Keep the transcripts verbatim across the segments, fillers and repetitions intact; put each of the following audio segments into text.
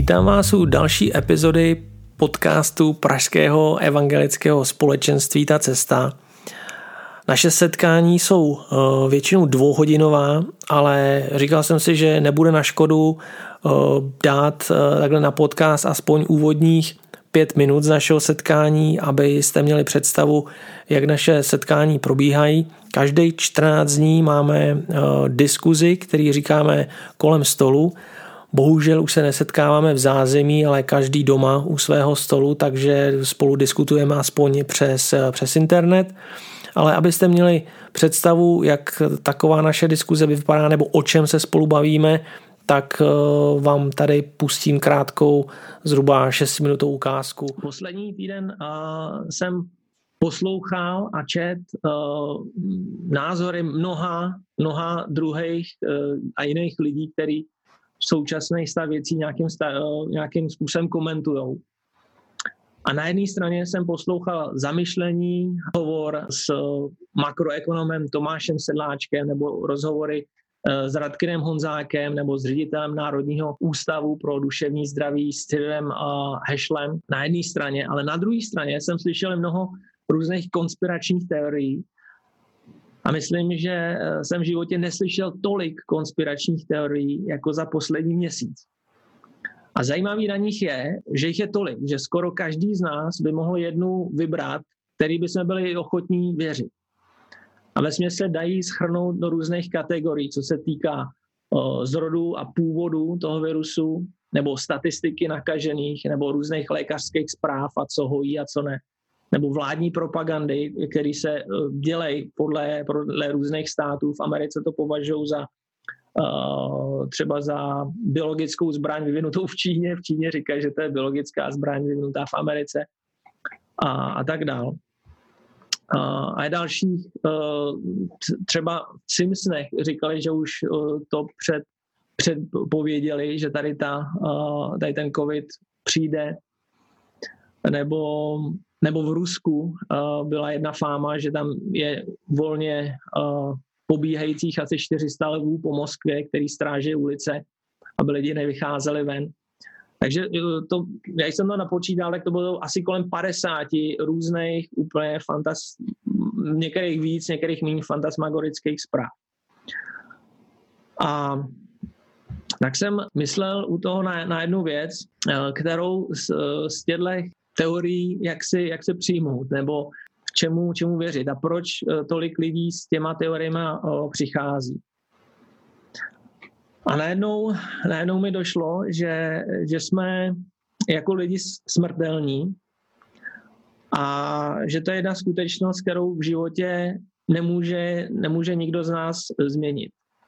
Vítám vás u další epizody podcastu Pražského evangelického společenství Ta cesta. Naše setkání jsou většinou dvouhodinová, ale říkal jsem si, že nebude na škodu dát takhle na podcast aspoň úvodních pět minut z našeho setkání, abyste měli představu, jak naše setkání probíhají. Každý čtrnáct dní máme diskuzi, který říkáme kolem stolu. Bohužel už se nesetkáváme v zázemí, ale každý doma u svého stolu, takže spolu diskutujeme aspoň přes, přes internet. Ale abyste měli představu, jak taková naše diskuze vypadá nebo o čem se spolu bavíme, tak vám tady pustím krátkou, zhruba šestiminutovou ukázku. Poslední týden uh, jsem poslouchal a čet uh, názory mnoha, mnoha druhých uh, a jiných lidí, kteří současný stav věcí nějakým, stav, uh, nějakým způsobem komentujou. A na jedné straně jsem poslouchal zamyšlení, hovor s makroekonomem Tomášem Sedláčkem nebo rozhovory s Radkynem Honzákem nebo s ředitelem Národního ústavu pro duševní zdraví s Cyrilem Hešlem na jedné straně, ale na druhé straně jsem slyšel mnoho různých konspiračních teorií a myslím, že jsem v životě neslyšel tolik konspiračních teorií jako za poslední měsíc. A zajímavý na nich je, že jich je tolik, že skoro každý z nás by mohl jednu vybrat, který by jsme byli ochotní věřit. A vesměs se dají shrnout do různých kategorií, co se týká o, zrodu a původu toho virusu, nebo statistiky nakažených, nebo různých lékařských zpráv a co hojí a co ne. Nebo vládní propagandy, které se dělají podle, podle různých států. V Americe to považují za Uh, třeba za biologickou zbraň vyvinutou v Číně. V Číně říkají, že to je biologická zbraň vyvinutá v Americe a, a tak dál. Uh, a je další, uh, třeba v Simpsonech říkali, že už uh, to před, předpověděli, že tady, ta, uh, tady ten covid přijde. Nebo, nebo v Rusku uh, byla jedna fáma, že tam je volně uh, pobíhajících asi čtyři sta lvů po Moskvě, který stráží ulice, aby lidi nevycházeli ven. Takže to, já jsem to napočítal, tak to bylo asi kolem padesáti různých úplně fantas, některých víc, některých méně fantasmagorických zpráv. A tak jsem myslel u toho na, na jednu věc, kterou z, z těchto teorií, jak si, jak se přijmout, nebo Čemu, čemu věřit a proč tolik lidí s těma teoriemi přichází. A najednou, najednou mi došlo, že, že jsme jako lidi smrtelní a že to je jedna skutečnost, kterou v životě nemůže, nemůže nikdo z nás změnit.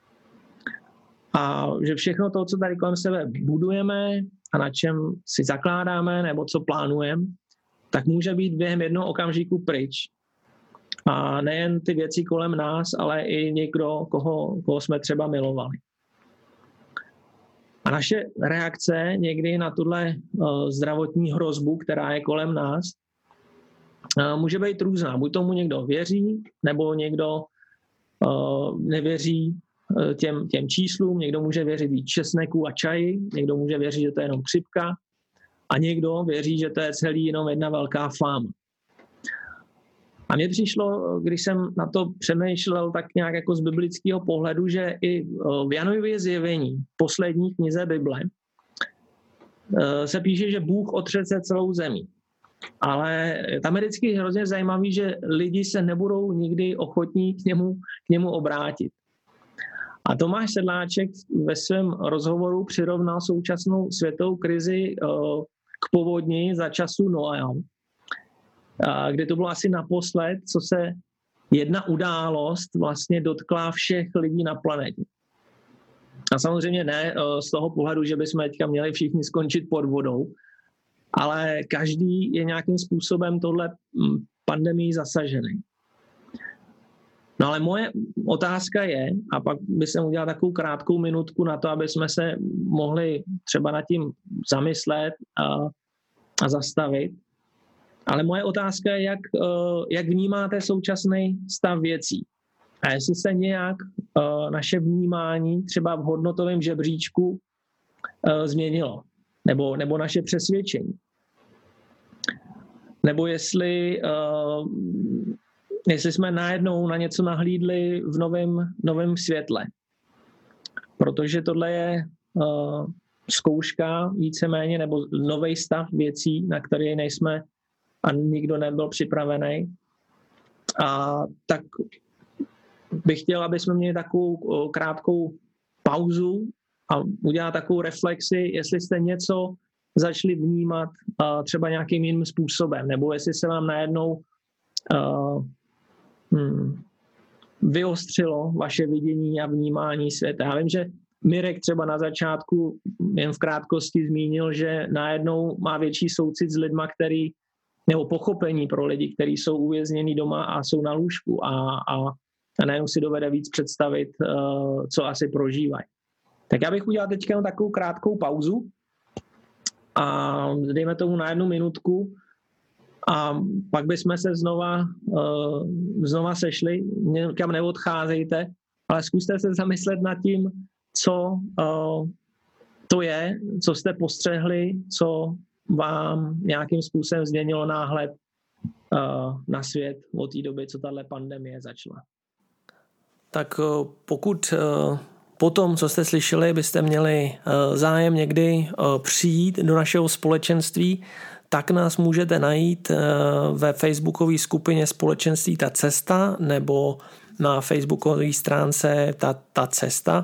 A že všechno to, co tady kolem sebe budujeme a na čem si zakládáme nebo co plánujeme, tak může být během jednoho okamžiku pryč. A nejen ty věci kolem nás, ale i někdo, koho, koho jsme třeba milovali. A naše reakce někdy na tuhle uh, zdravotní hrozbu, která je kolem nás, uh, může být různá. Buď tomu někdo věří, nebo někdo uh, nevěří uh, těm, těm číslům, někdo může věřit víc česneku a čaji, někdo může věřit, že to je jenom chřipka, a někdo věří, že to je celý jenom jedna velká fáma. A mně přišlo, když jsem na to přemýšlel tak nějak jako z biblického pohledu, že i v Janově zjevení, poslední knize Bible, se píše, že Bůh otřese celou zemi. Ale tam je vždycky hrozně zajímavý, že lidi se nebudou nikdy ochotní k němu, k němu obrátit. A Tomáš Sedláček ve svém rozhovoru přirovnal současnou světovou krizi k povodni za času Noea, kde to bylo asi naposled, co se jedna událost vlastně dotkla všech lidí na planetě. A samozřejmě ne z toho pohledu, že bychom teďka měli všichni skončit pod vodou, ale každý je nějakým způsobem tohle pandemii zasažený. No ale moje otázka je, a pak bych jsem udělal takovou krátkou minutku na to, aby jsme se mohli třeba nad tím zamyslet a, a zastavit. Ale moje otázka je, jak, jak vnímáte současný stav věcí. A jestli se nějak naše vnímání třeba v hodnotovém žebříčku změnilo. nebo, nebo naše přesvědčení. Nebo jestli, uh, jestli jsme najednou na něco nahlídli v novém, novém světle. Protože tohle je uh, zkouška víceméně, nebo nový stav věcí, na který nejsme a nikdo nebyl připravený. A tak bych chtěl, aby jsme měli takovou krátkou pauzu a udělat takovou reflexi, jestli jste něco začali vnímat uh, třeba nějakým jiným způsobem, nebo jestli se vám najednou uh, hmm, vyostřilo vaše vidění a vnímání světa. Já vím, že Mirek třeba na začátku jen v krátkosti zmínil, že najednou má větší soucit s lidma, který, nebo pochopení pro lidi, kteří jsou uvězněni doma a jsou na lůžku a, a, a najednou si dovede víc představit, uh, co asi prožívají. Tak já bych udělal teďka takovou krátkou pauzu a dejme tomu na jednu minutku a pak bychom se znova, uh, znova sešli, někam neodcházejte, ale zkuste se zamyslet nad tím, co uh, to je, co jste postřehli, co vám nějakým způsobem změnilo náhled uh, na svět od té doby, co tahle pandemie začala. Tak uh, pokud uh, po tom, co jste slyšeli, byste měli uh, zájem někdy uh, přijít do našeho společenství, tak nás můžete najít uh, ve facebookové skupině Společenství Ta cesta nebo na facebookové stránce Ta, ta cesta.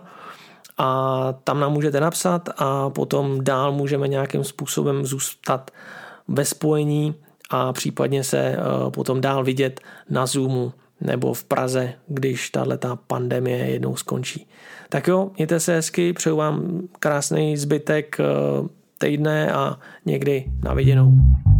A tam nám můžete napsat a potom dál můžeme nějakým způsobem zůstat ve spojení a případně se potom dál vidět na Zoomu nebo v Praze, když tahleta pandemie jednou skončí. Tak jo, mějte se hezky, přeju vám krásný zbytek týdne a někdy na viděnou.